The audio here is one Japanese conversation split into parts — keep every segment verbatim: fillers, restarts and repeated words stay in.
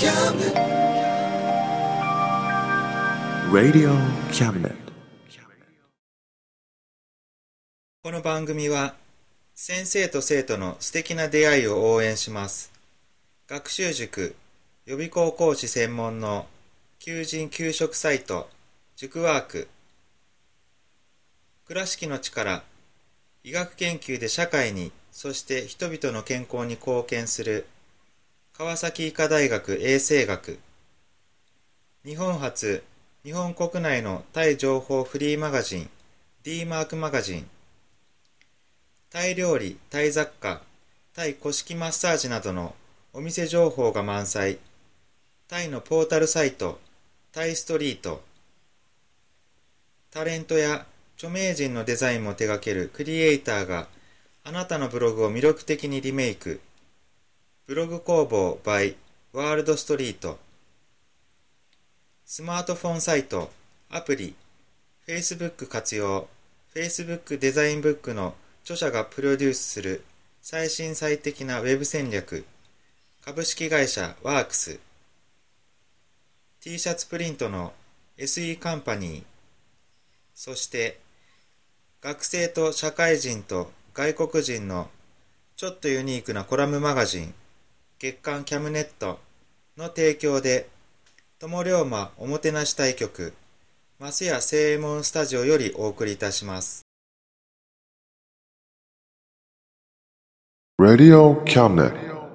Radio Cabinet。 この番組は先生と生徒の素敵な出会いを応援します。学習塾予備校講師専門の求人・求職サイト塾ワーク。倉敷の力、医学研究で社会に、そして人々の健康に貢献する川崎医科大学衛生学。日本初、日本国内のタイ情報フリーマガジン D マークマガジン。タイ料理、タイ雑貨、タイ古式マッサージなどのお店情報が満載。タイのポータルサイト、タイストリート。タレントや著名人のデザインも手掛けるクリエイターがあなたのブログを魅力的にリメイク。ブログ工房 by ワールドストリート。スマートフォンサイト、アプリ、Facebook 活用、Facebook デザインブックの著者がプロデュースする最新最適なウェブ戦略。株式会社ワークス。T シャツプリントの エスイー カンパニー。そして学生と社会人と外国人のちょっとユニークなコラムマガジン月刊キャムネットの提供で友龍馬おもてなし対局増屋正右衛門スタジオよりお送りいたします。 Radio Cabinet。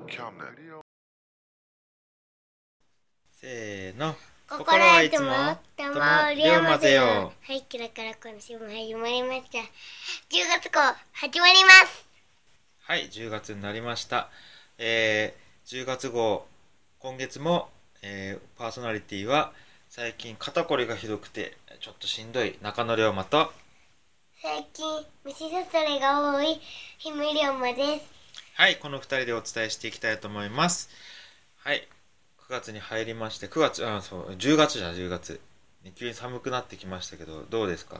せーの、 心はいつも友龍馬ぜよ。 よ。 はい、キラから今週も始まりました。じゅうがつ号始まります。 はい、じゅうがつになりました。えー、じゅうがつ号、今月も、えー、パーソナリティは最近肩こりがひどくてちょっとしんどい中野龍馬と、 最近虫刺されが多いひむ龍馬です。 はい、このふたりでお伝えしていきたいと思います。はい、くがつに入りまして、くがつ、あ、そう、じゅうがつじゃん、じゅうがつ。急に寒くなってきましたけど、どうですか？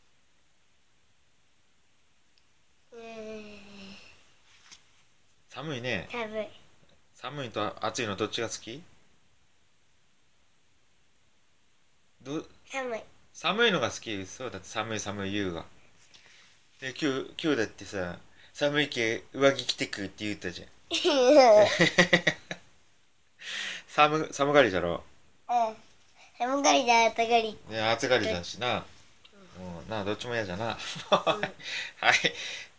うーん、 寒いね。 寒い。 寒いと暑いのどっちが好き？ど寒い。 寒いのが好き？そうだって寒い寒い言うが。で、今日、今日だってさ、寒いけ上着着てくって言ったじゃん。寒、寒がりじゃろ？ うん。寒がりだ、暑がり。 ね、暑がりじゃんしな。もうな、どっちも嫌じゃな。はい。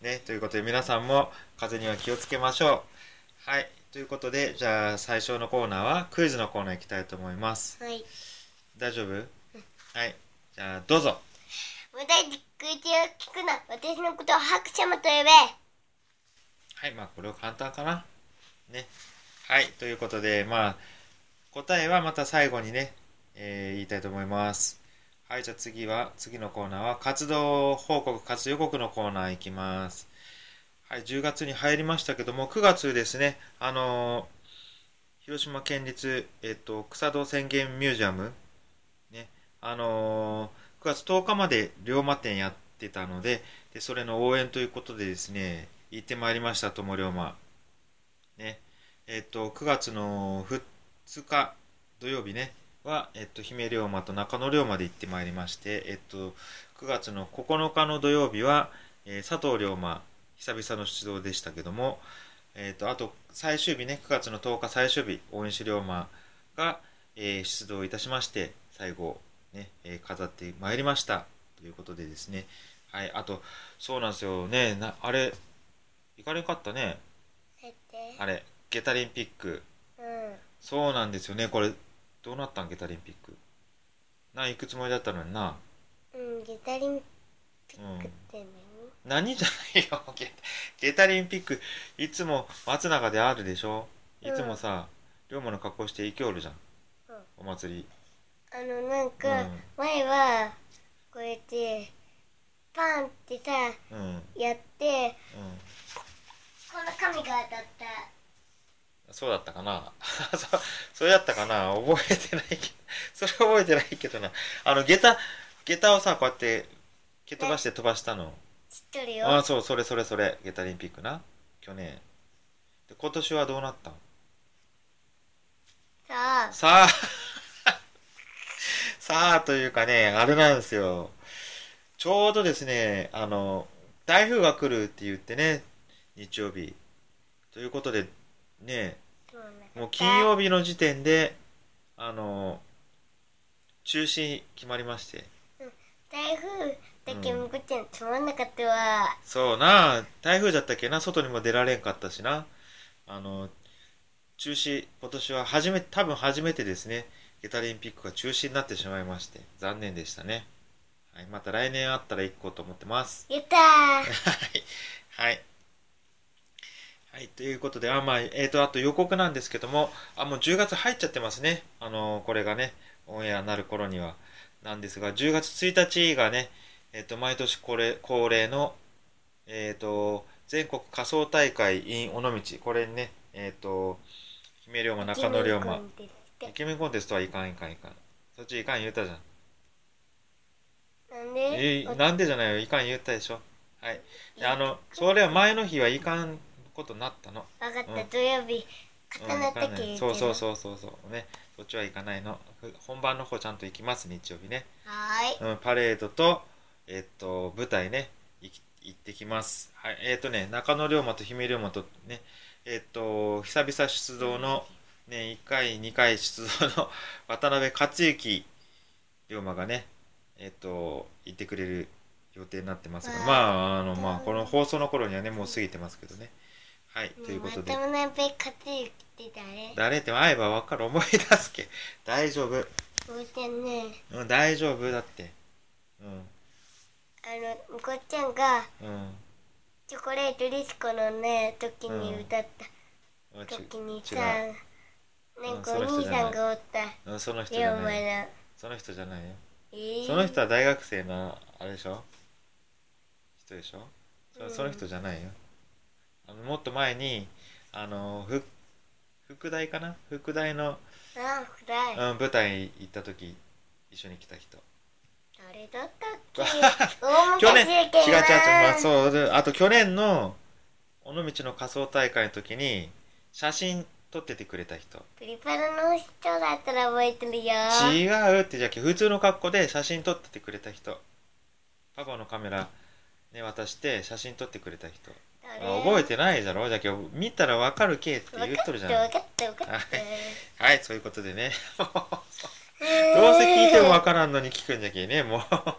ね、ということで皆さんも風邪には気をつけましょう。はい。ということで、じゃあ最初のコーナーはクイズのコーナー行きたいと思います。 はい。 大丈夫？はい。じゃあどうぞ。 無駄に口を聞くな。私のことを白様と呼べ。 はい、まあこれは簡単かな。ね。はい、ということで、まあ、答えはまた最後にね、えー言いたいと思います。はい、じゃあ次は、次のコーナーは、活動報告、活動予告のコーナーいきます。はい、じゅうがつに入りましたけども、くがつですね、あのー広島県立、えっと、草戸浅間ミュージアム、ね、あのーくがつとおかまで龍馬展やってたので、で、それの応援ということでですね、行ってまいりました、友龍馬。ね、えっと、くがつのふつか土曜日ね、は、えっと、姫龍馬と中野龍馬で行ってまいりまして、えっと、くがつのここのかの土曜日は、えー佐藤龍馬、久々の出動でしたけども、えっと、あと、最終日ね、くがつのとおか最終日、大西龍馬が、えー出動いたしまして、最後、ね、えー飾ってまいりました。ということでですね、はい、あと、そうなんですよね、なあれ、行かれんかったね、 だって。 あれ、ゲタリンピック。 うそうなんですよね、これ、どうなったんゲタリンピック。な、行くつもりだったのにな。 ん。うん、ゲタリンピックって何？ 何じゃないよ、ゲ、ゲタリンピック、いつも松永であるでしょ。いつもさ、龍馬の格好して行きおるじゃん、 うん。 お祭り。 あの、なんか、 うん前は、こうやって、パンってさ、 うんうんやって、この紙が当たった。 そうだったかなそそうやったかな、覚えてないけどそれ覚えてないけどな。あの下駄下駄をさ、こうやって蹴飛ばして飛ばしたの。 知っとるよ。 ああ、そう、それそれそれ、ゲタリンピックな、去年。で今年はどうなったん？ さあさあさあというかね、あれなんですよ。ちょうどですね、あの、台風が来るって言ってね、日曜日。ということで、ね、 そうなんだもう金曜日の時点で、あの、中止決まりまして。 台風だけむこちゃんつまんなかったわ。 そうな、台風だったっけな、外にも出られんかったしな。あの、中止、今年は初めて、多分初めてですね、ゲタリンピックが中止になってしまいまして、残念でしたね。はい、また来年あったら行こうと思ってます。 やったー。 はい。はい。はい。ということで、あ、まあ、えーと、あと予告なんですけども、あ、もうじゅうがつ入っちゃってますね。あの、これがね、オンエアになる頃には。なんですが、じゅうがつついたちがね、えっと、毎年恒例、恒例の、えっと、全国仮装大会 in 尾道。これにね、えっと、姫龍馬、中野龍馬。イケメンコンテストはいかんいかんいかん。そっちいかん言うたじゃん。 なんでえー、なんでじゃないよ。いかん言ったでしょ。はい。であの、それは前の日はいかんことになったの。 わかった、 うん土曜日うん固なったっけ、 そうそうそうそうそうね。そっちは行かないの。ふ本番の方ちゃんと行きます、日曜日ね。 はーい。 うん、パレードと、えっと、舞台ね、行き行ってきます。はい。えっとね、中野龍馬と姫龍馬とね、えっと、久々出動の、ね、いっかい、にかい出動の渡辺克之龍馬がね、えっと、行ってくれる予定になってますが、 わあまあ、あの、まあ、この放送の頃にはね、もう過ぎてますけどね。はい、ということで。 渡辺克之って誰？ 誰って会えば分かる、思い出すけ。大丈夫。 むこちゃんね、 うん、大丈夫だって。うん、 あのむこちゃんがうん。 チョコレートディスコのね時に歌ったうんち時にさ、 違なんうんかおその人じゃない兄さんがおったう、うん、その人じ龍ゃない。 馬の。 その人じゃないよ。 えー、 その人は大学生の、あれでしょ人でしょそうんその人じゃないよ。あのもっと前に、あの、ふ副大かな副大の、 あ、暗い。 うん、舞台行った時、一緒に来た人。 誰だったっけ？大去年、違う違う違う、 昔やけどな。 まあ、そうで、あと去年の尾道の仮装大会の時に写真撮っててくれた人。 プリパラの人だったら覚えてるよ。 違うって、じゃあ普通の格好で写真撮っててくれた人。パパのカメラね渡して写真撮ってくれた人。あ覚えてないじゃろ。じゃあ今日見たら分かるけって言っとるじゃん。 分かった分かった分かった。 はい、そういうことでね。どうせ聞いても分からんのに聞くんじゃけね、もう。はい、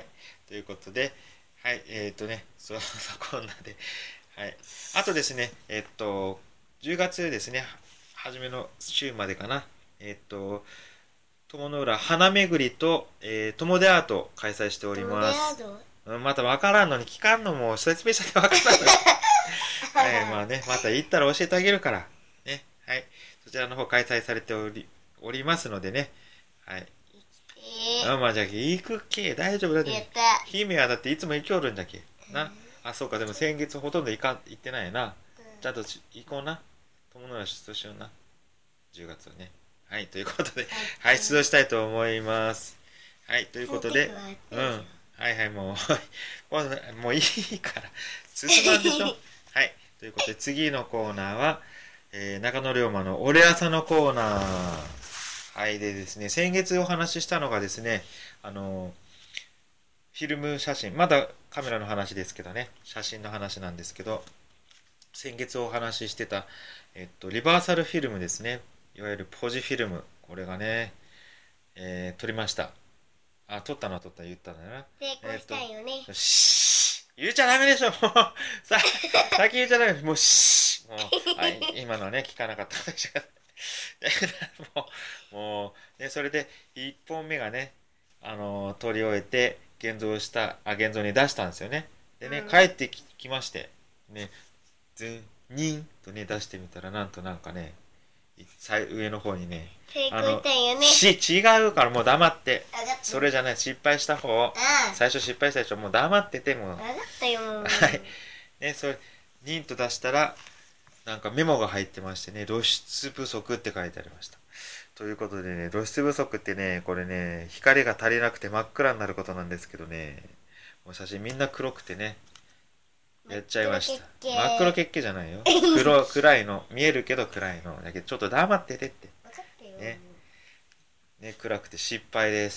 ということで、はい、えっ、ー、とね、そそこんなで、はい。あとですね、えっ、ー、と、じゅうがつですね、初めの週までかな、えっ、ー、と、友の浦花巡りと、えー、友でアート開催しております。うん、また分からんのに聞かんのも説明したって分からんのに。はい、まあね、また行ったら教えてあげるから。ね、はい。そちらの方開催されており、おりますのでね。はい。 えー、 あ、まあじゃあ行くけ。大丈夫だって。 やった。 姫はだっていつも行きおるんじゃけ。な。あ、そうか。でも先月ほとんど行かん、行ってないな。ちゃんと行こうな。友の浦出動しような。じゅうがつはね。はい。ということで、はい、出動したいと思います。はい。ということで、うん。はいはい、もう、もういいから、進まんでしょ。はい。ということで、次のコーナーは、えー、中野龍馬の俺朝のコーナー。はい。でですね、先月お話ししたのがですね、あの、フィルム写真、まだカメラの話ですけどね、写真の話なんですけど、先月お話ししてた、えっと、リバーサルフィルムですね。いわゆるポジフィルム。これがね、えー、撮りました。あ、撮ったのは撮った言ったんだよな。 成功したんよね。 えー、し言っちゃダメでしょ、もう。さ、先言っちゃダメ。もう、しもう、あ、今のはね、聞かなかったかもしれない。もう、もう、ね、それで、いっぽんめがね、あのー、撮り終えて、現像した、あ、現像に出したんですよね。でね、うん、帰ってき、きまして、ね、ズン、ニンとね、出してみたら、なんとなんかね、上の方にね、 成功したんよね。 し、違うからもう黙って。それじゃない、失敗した方。最初失敗したでしょ。もう黙ってても。 分かったよ、もう。 はい。ね、それ、ニンと出したら、なんかメモが入ってましてね、露出不足って書いてありました。ということでね、露出不足ってね、これね、光が足りなくて真っ暗になることなんですけどね、もう写真みんな黒くてね、 やっちゃいました。 真真っ黒血系じゃないよ。黒、暗いの。見えるけど暗いの。だけどちょっと黙っててって。 分かったよ。 ね。ね、暗くて失敗です。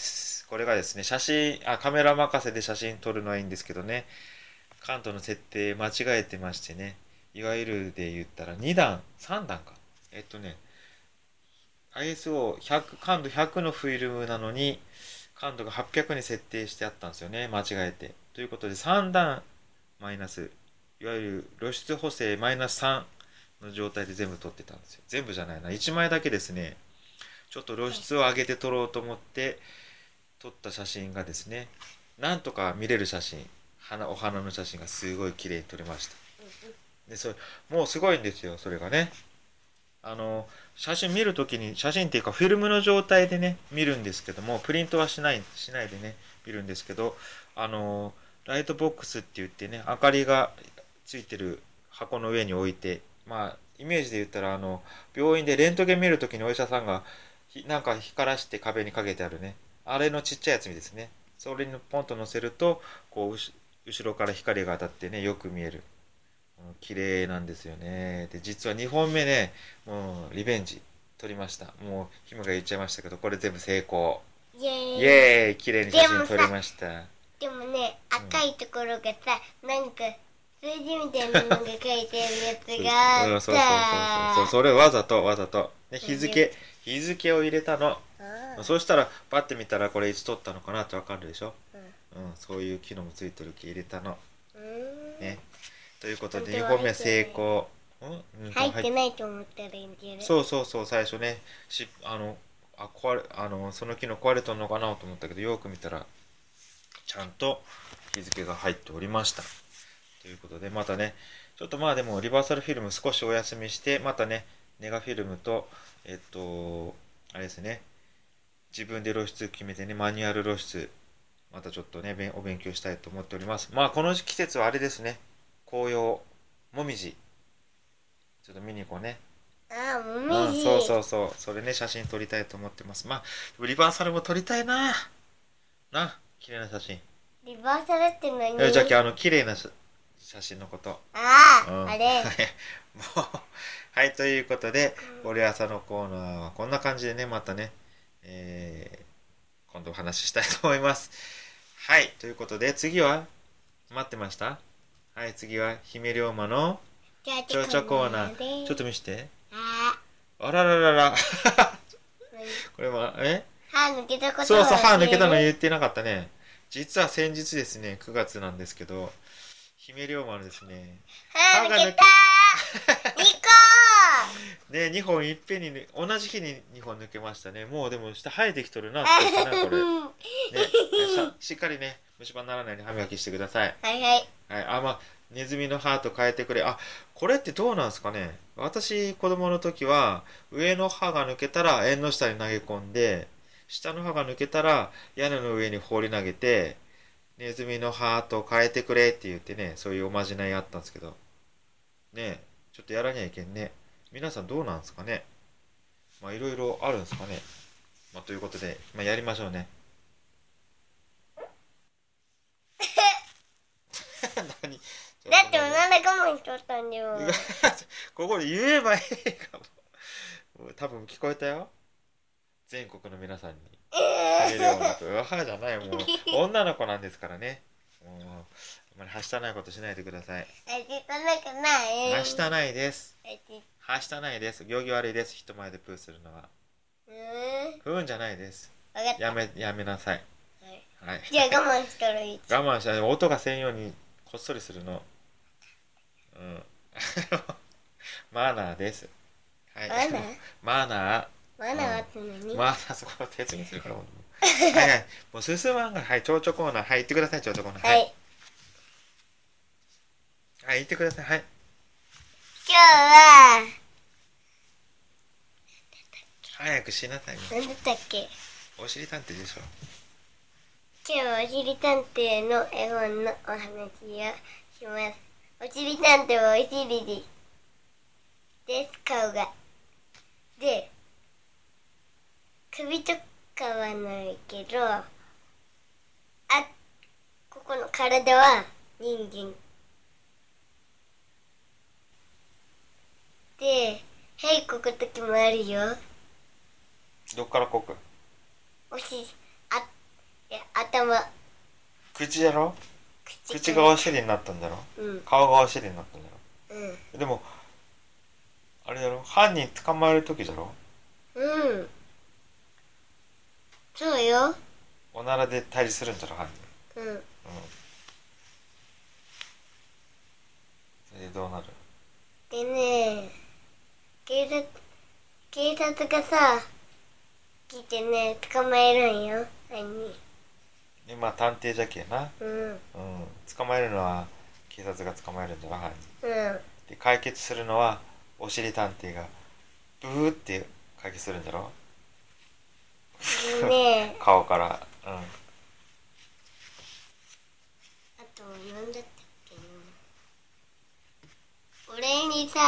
これがですね、写真、あ、カメラ任せで写真撮るのはいいんですけどね、感度の設定間違えてましてね、いわゆるで言ったらに段、さん段か。えっとね、アイエスオーひゃく、感度ひゃくのフィルムなのに、感度がはっぴゃくに設定してあったんですよね、間違えて。ということで、さん段マイナス、いわゆる露出補正マイナスさんの状態で全部撮ってたんですよ。全部じゃないな、いちまいだけですね、ちょっと露出を上げて撮ろうと思って撮った写真がですね、なんとか見れる写真、花お花の写真がすごい綺麗に撮れました。でそれもうすごいんですよ、それがね。あの写真見るときに、写真っていうかフィルムの状態でね見るんですけども、プリントはしないしないでね見るんですけど、あのライトボックスって言ってね、明かりがついてる箱の上に置いて、まあイメージで言ったら、あの病院でレントゲン見るときにお医者さんがなんか光らして壁にかけてあるね、あれのちっちゃいやつですね。それにポンと乗せると、こう後ろから光が当たってね、よく見える。綺麗なんですよね。で、実はにほんめね、もうリベンジ撮りました。もうひむが言っちゃいましたけど、これ全部成功。 イエーイ。 イエーイ、綺麗に写真撮りました。 でもね、赤いところがさ、なんか数字みたいなのが書いてあるやつがあった。 うん、そうそうそうそう。それわざとわざと。ね、日付、日付を入れたの。そうしたら、パッて見たらこれいつ撮ったのかなってわかるでしょ。うん、うん、そういう機能もついてる気入れたの。ね。ということでにほんめ成功。 うん、入ってないと思ったらいいんじゃない？ そうそうそう、最初ね、しあのあ壊れあのその機能壊れとんのかなと思ったけど、よく見たらちゃんと日付が入っておりました。ということで、またね、ちょっとまあでもリバーサルフィルム少しお休みして、またね、ネガフィルムと、えっと、あれですね、自分で露出決めてね、マニュアル露出、またちょっとね、お勉強したいと思っております。まあこの季節はあれですね、紅葉、もみじ、ちょっと見に行こうね。 ああ、もみじ、 うん、そうそうそう、それね、写真撮りたいと思ってます。まあ、リバーサルも撮りたいな。な、綺麗な写真。 リバーサルって何？ えじゃあ、あの、綺麗な写真のこと。 ああ、 うん、 あれ。 もう、はい、ということで、俺朝のコーナーはこんな感じでね、またね、えー、今度お話ししたいと思います。はい、ということで、次は、待ってました？はい、次は、姫龍馬の、ちょちょコーナー。ちょっと見して。 ああらららら。これは、え歯抜けたことはそうそう、歯抜けたの言ってなかったね。実は先日ですね、くがつなんですけど、姫龍馬のですね、 歯抜けたーにこね、にほんいっぺんに、ね、同じ日ににほん抜けましたね。もうでも下生えてきとるな、少しな、これ。ね、しっかりね、虫歯にならないように歯磨きしてください。 はいはい。 はい、あ、まあ、ネズミの歯と変えてくれ。あ、これってどうなんですかね。私、子供の時は、上の歯が抜けたら縁の下に投げ込んで、下の歯が抜けたら屋根の上に放り投げて、ネズミの歯と変えてくれって言ってね、そういうおまじないあったんですけど、ね、ちょっとやらにゃいけんね。皆さんどうなんですかね。まあ、いろいろあるんですかね。まあ、ということで、まあ、やりましょうね。何だっておなら我慢しとったんだよ。 ここで言えばいいかも。多分聞こえたよ。全国の皆さんに。姫龍馬と、うわはじゃない、もう女の子なんですからね。もうあまりはしたないことしないでください。 はしたなくない。 はしたないです。 はしはしたないです。行儀悪いです。人前でプーするのは。 うーん。 ふーんじゃないです。 わかった。 やめやめなさい。 はい。 はい。 じゃあ我慢したらいい。 我慢しない。音がせんようにこっそりするの。うん。マナーです。はい。 マナー？ マナー。 マナーって何？ マナー、そこを説明するからもう。はいはい。もう進まんが、はい、蝶々コーナー、はい、行ってください、蝶々コーナー。 はい。 はい、行ってください、はい。 今日は、 早くしなさいよ。 何だったっけ？ おしりたんてでしょ。 今日はおしりたんていの絵本のお話をします。おしりたんていはおしりでです、顔が。で、首とかはないけど、あ、ここの体は人間。 屁こくときもあるよ。 どっからこく？ おし、あ、え、頭。 口やろ？ 口口がお尻になったんだろ？ うん。 顔がお尻になったんだろ？ うん。 でもあれだろ、犯人捕まえる時だろ？ うん。そうよ。 おならで退治するんだろ犯人。 うん。 うん。それでどうなる？ でね、警察、警察がさ、来てね、捕まえるんよ、犯人。 でまあ探偵じゃけな。 うん。 うん。捕まえるのは警察が捕まえるんだろ犯人。 うん。 で解決するのはおしり探偵がブーって解決するんだろ。 でね、 顔から。うん。 あと、なんだったっけな。俺にさ、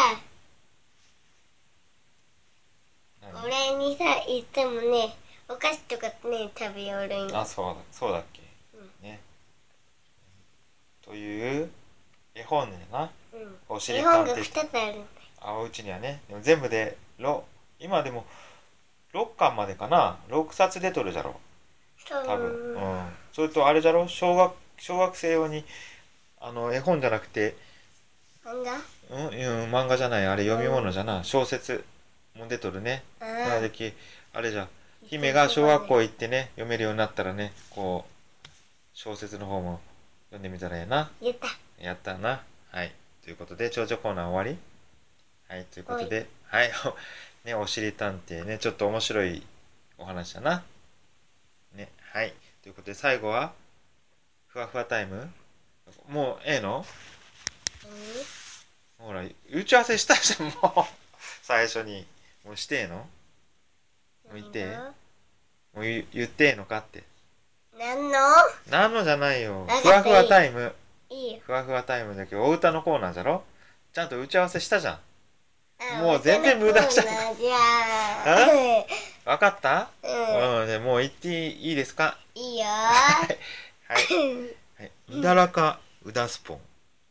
何？ 俺にさ、言ってもね、お菓子とかね、食べよるんよ。 あ、そうだ、そうだっけ。 うんね。という絵本ねな。 うん。 おしり絵本が探偵。 ふたつあるんだよ。 あ、おうちにはね。でも全部でろ今でもろっかんまでかな。ろくさつ出とるじゃろ。 そう。 多分。うん。それとあれじゃろ、小学小学生用にあの絵本じゃなくて、 漫画？ うん、うん、漫画じゃない、あれ読み物じゃな、小説も出とるね。 あなのあ。 できあれじゃ、姫が小学校行ってね、読めるようになったらね、こう小説の方も読んでみたらええな。 言った。 やったな。はい。ということで、長女コーナー終わり。はい。ということで、はい。ね、おしり探偵ね、ちょっと面白いお話だな。ね、はい。ということで、最後は、ふわふわタイム。もう、ええの？ほら、打ち合わせしたじゃん、もう。最初に。もうしてええの？もう言ってええ？もう言言ってええのかって。 なんの？ なんのじゃないよ。 わかったふわふわタイム。 いいよ。 ふわふわタイムだけど、お歌のコーナーじゃろ？ちゃんと打ち合わせしたじゃん。 あもう全然無駄じゃん。 じゃあ。 わかった？ うん。 うん、でもう言っていいですか？ いいよ。 はい。はい。うだらかうだスポン。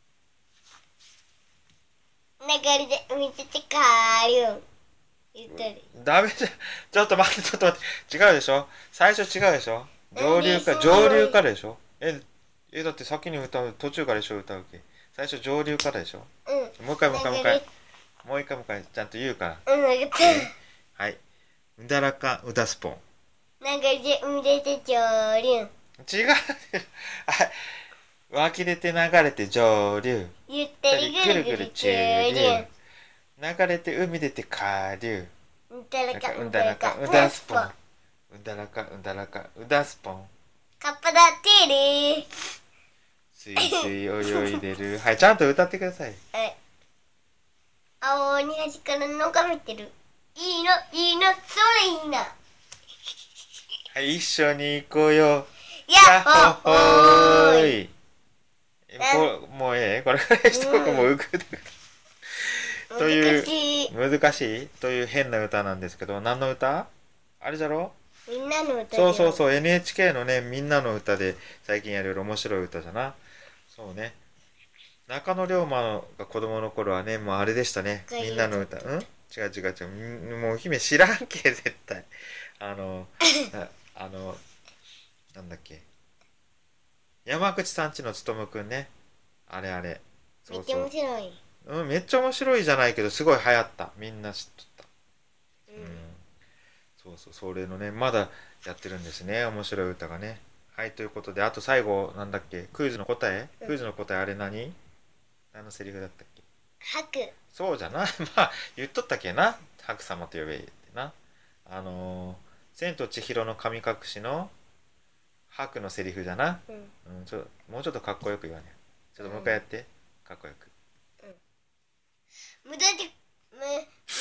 流れで見ててかーりゅん。言ったり。 ダメじゃん。ちょっと待って、ちょっと待って。違うでしょ？最初違うでしょ？上流か、 何上流からでしょ？え、え、だって先に歌う、途中からでしょ、歌うけ。最初上流からでしょ？ うん。 もう一回もう一回もう一回。もう一回もう一回、ちゃんと言うから。 うん、分かった。 はい。うだらかうだスポン。 流れで見ててちょーりゅん。 違う。はい。湧き出て流れて上流。 ゆったりぐるぐるちゅーりゅん。 流れて海出て下流。 うんたらかうんだらかうだスポン。うんだらかうんだらかうだスポン。 カッパだってーりー。 すいすい泳いでる。はい、ちゃんと歌ってください。 はい。青に端からのが見てる。いいの、いいの、それいいな。 はい、一緒に行こうよ。 やっほっほーい。 えこもうええこれからしとこう、もう浮くという難しい。 難しいという変な歌なんですけど、何の歌？あれじゃろ？ みんなの歌。 そうそうそう、 エヌエイチケー のね、みんなの歌で最近やる面白い歌じゃな。そうね、中野龍馬が子供の頃はね、もうあれでしたね、みんなの歌。うん？違う違う違う、もう姫知らんけ絶対。あのああのなんだっけ、山口さんちのつとむくんね、あれあれ。 めっちゃ面白い。 うん、めっちゃ面白いじゃないけど、すごい流行った。みんな知っとった。 うん。 うん、そうそう、それのね、まだやってるんですね、面白い歌がね。はい、ということで、あと最後、なんだっけ、クイズの答え、 うん、 クイズの答え、あれ何？何のセリフだったっけ？ 白。 そうじゃな。まあ、言っとったっけな。白様と呼べってな。あのー、千と千尋の神隠しの白のセリフじゃな。 うん。 うん、ちょもうちょっとかっこよく言わね。ちょっともう一回やって。かっこよく。 無駄で、む、無駄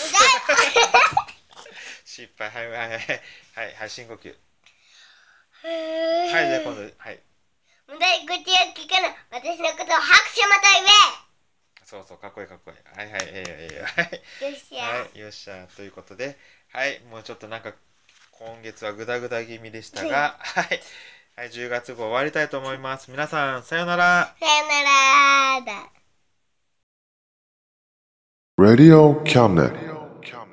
失敗。はいはいはい。はい、はい、深呼吸。 はい、 はい、じゃあ今度、はい。 無駄に口を聞かな、私のことを拍手また言そうそう、かっこいいかっこいい。はいはい、ええええはい。 え。よっしゃ。 はい、よっしゃ。ということで、はい、もうちょっとなんか、今月はグダグダ気味でしたが、はい。はい、じゅうがつ号終わりたいと思います。皆さん、さよなら。 さよならだ。 Radio Cabinet.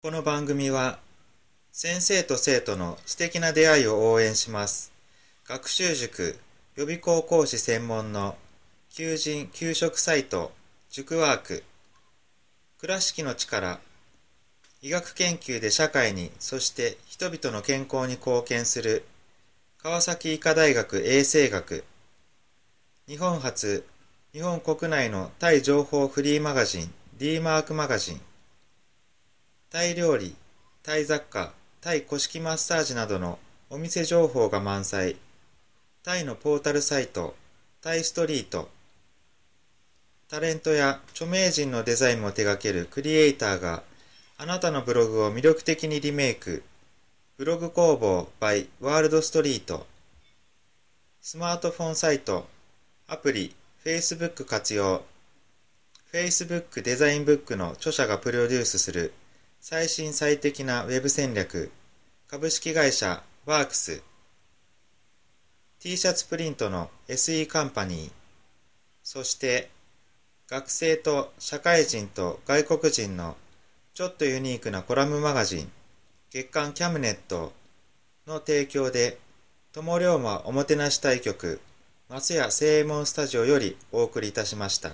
この番組は先生と生徒の素敵な出会いを応援します。学習塾予備校講師専門の求人・給食サイト塾ワーク、倉敷の力、医学研究で社会に、そして人々の健康に貢献する川崎医科大学衛生学、日本初、日本国内のタイ情報フリーマガジン D マークマガジン、タイ料理、タイ雑貨、タイ古式マッサージなどのお店情報が満載、タイのポータルサイトタイストリート、タレントや著名人のデザインも手掛けるクリエイターがあなたのブログを魅力的にリメイク、ブログ工房 by ワールドストリート、スマートフォンサイト、アプリ、Facebook 活用、Facebook デザインブックの著者がプロデュースする最新最適なウェブ戦略、株式会社ワークス、T シャツプリントの エスイー カンパニー、そして学生と社会人と外国人のちょっとユニークなコラムマガジン、月刊キャムネットの提供で、友龍馬おもてなし対局、松屋正右衛門スタジオよりお送りいたしました。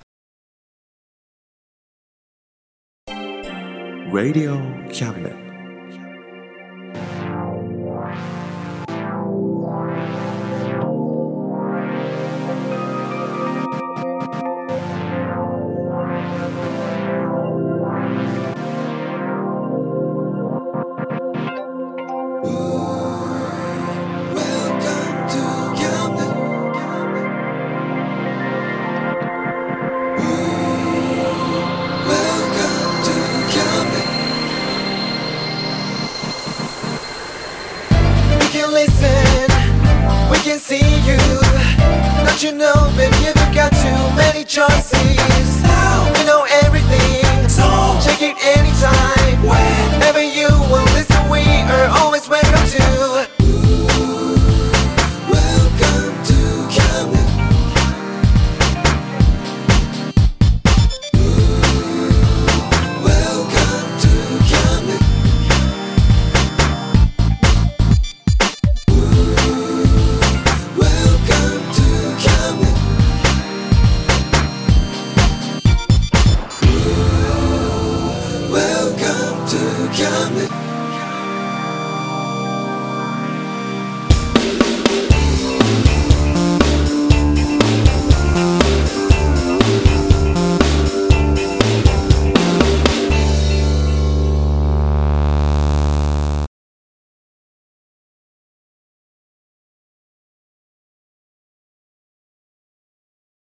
Radio Cabinet. You know, baby, you've got too many choices.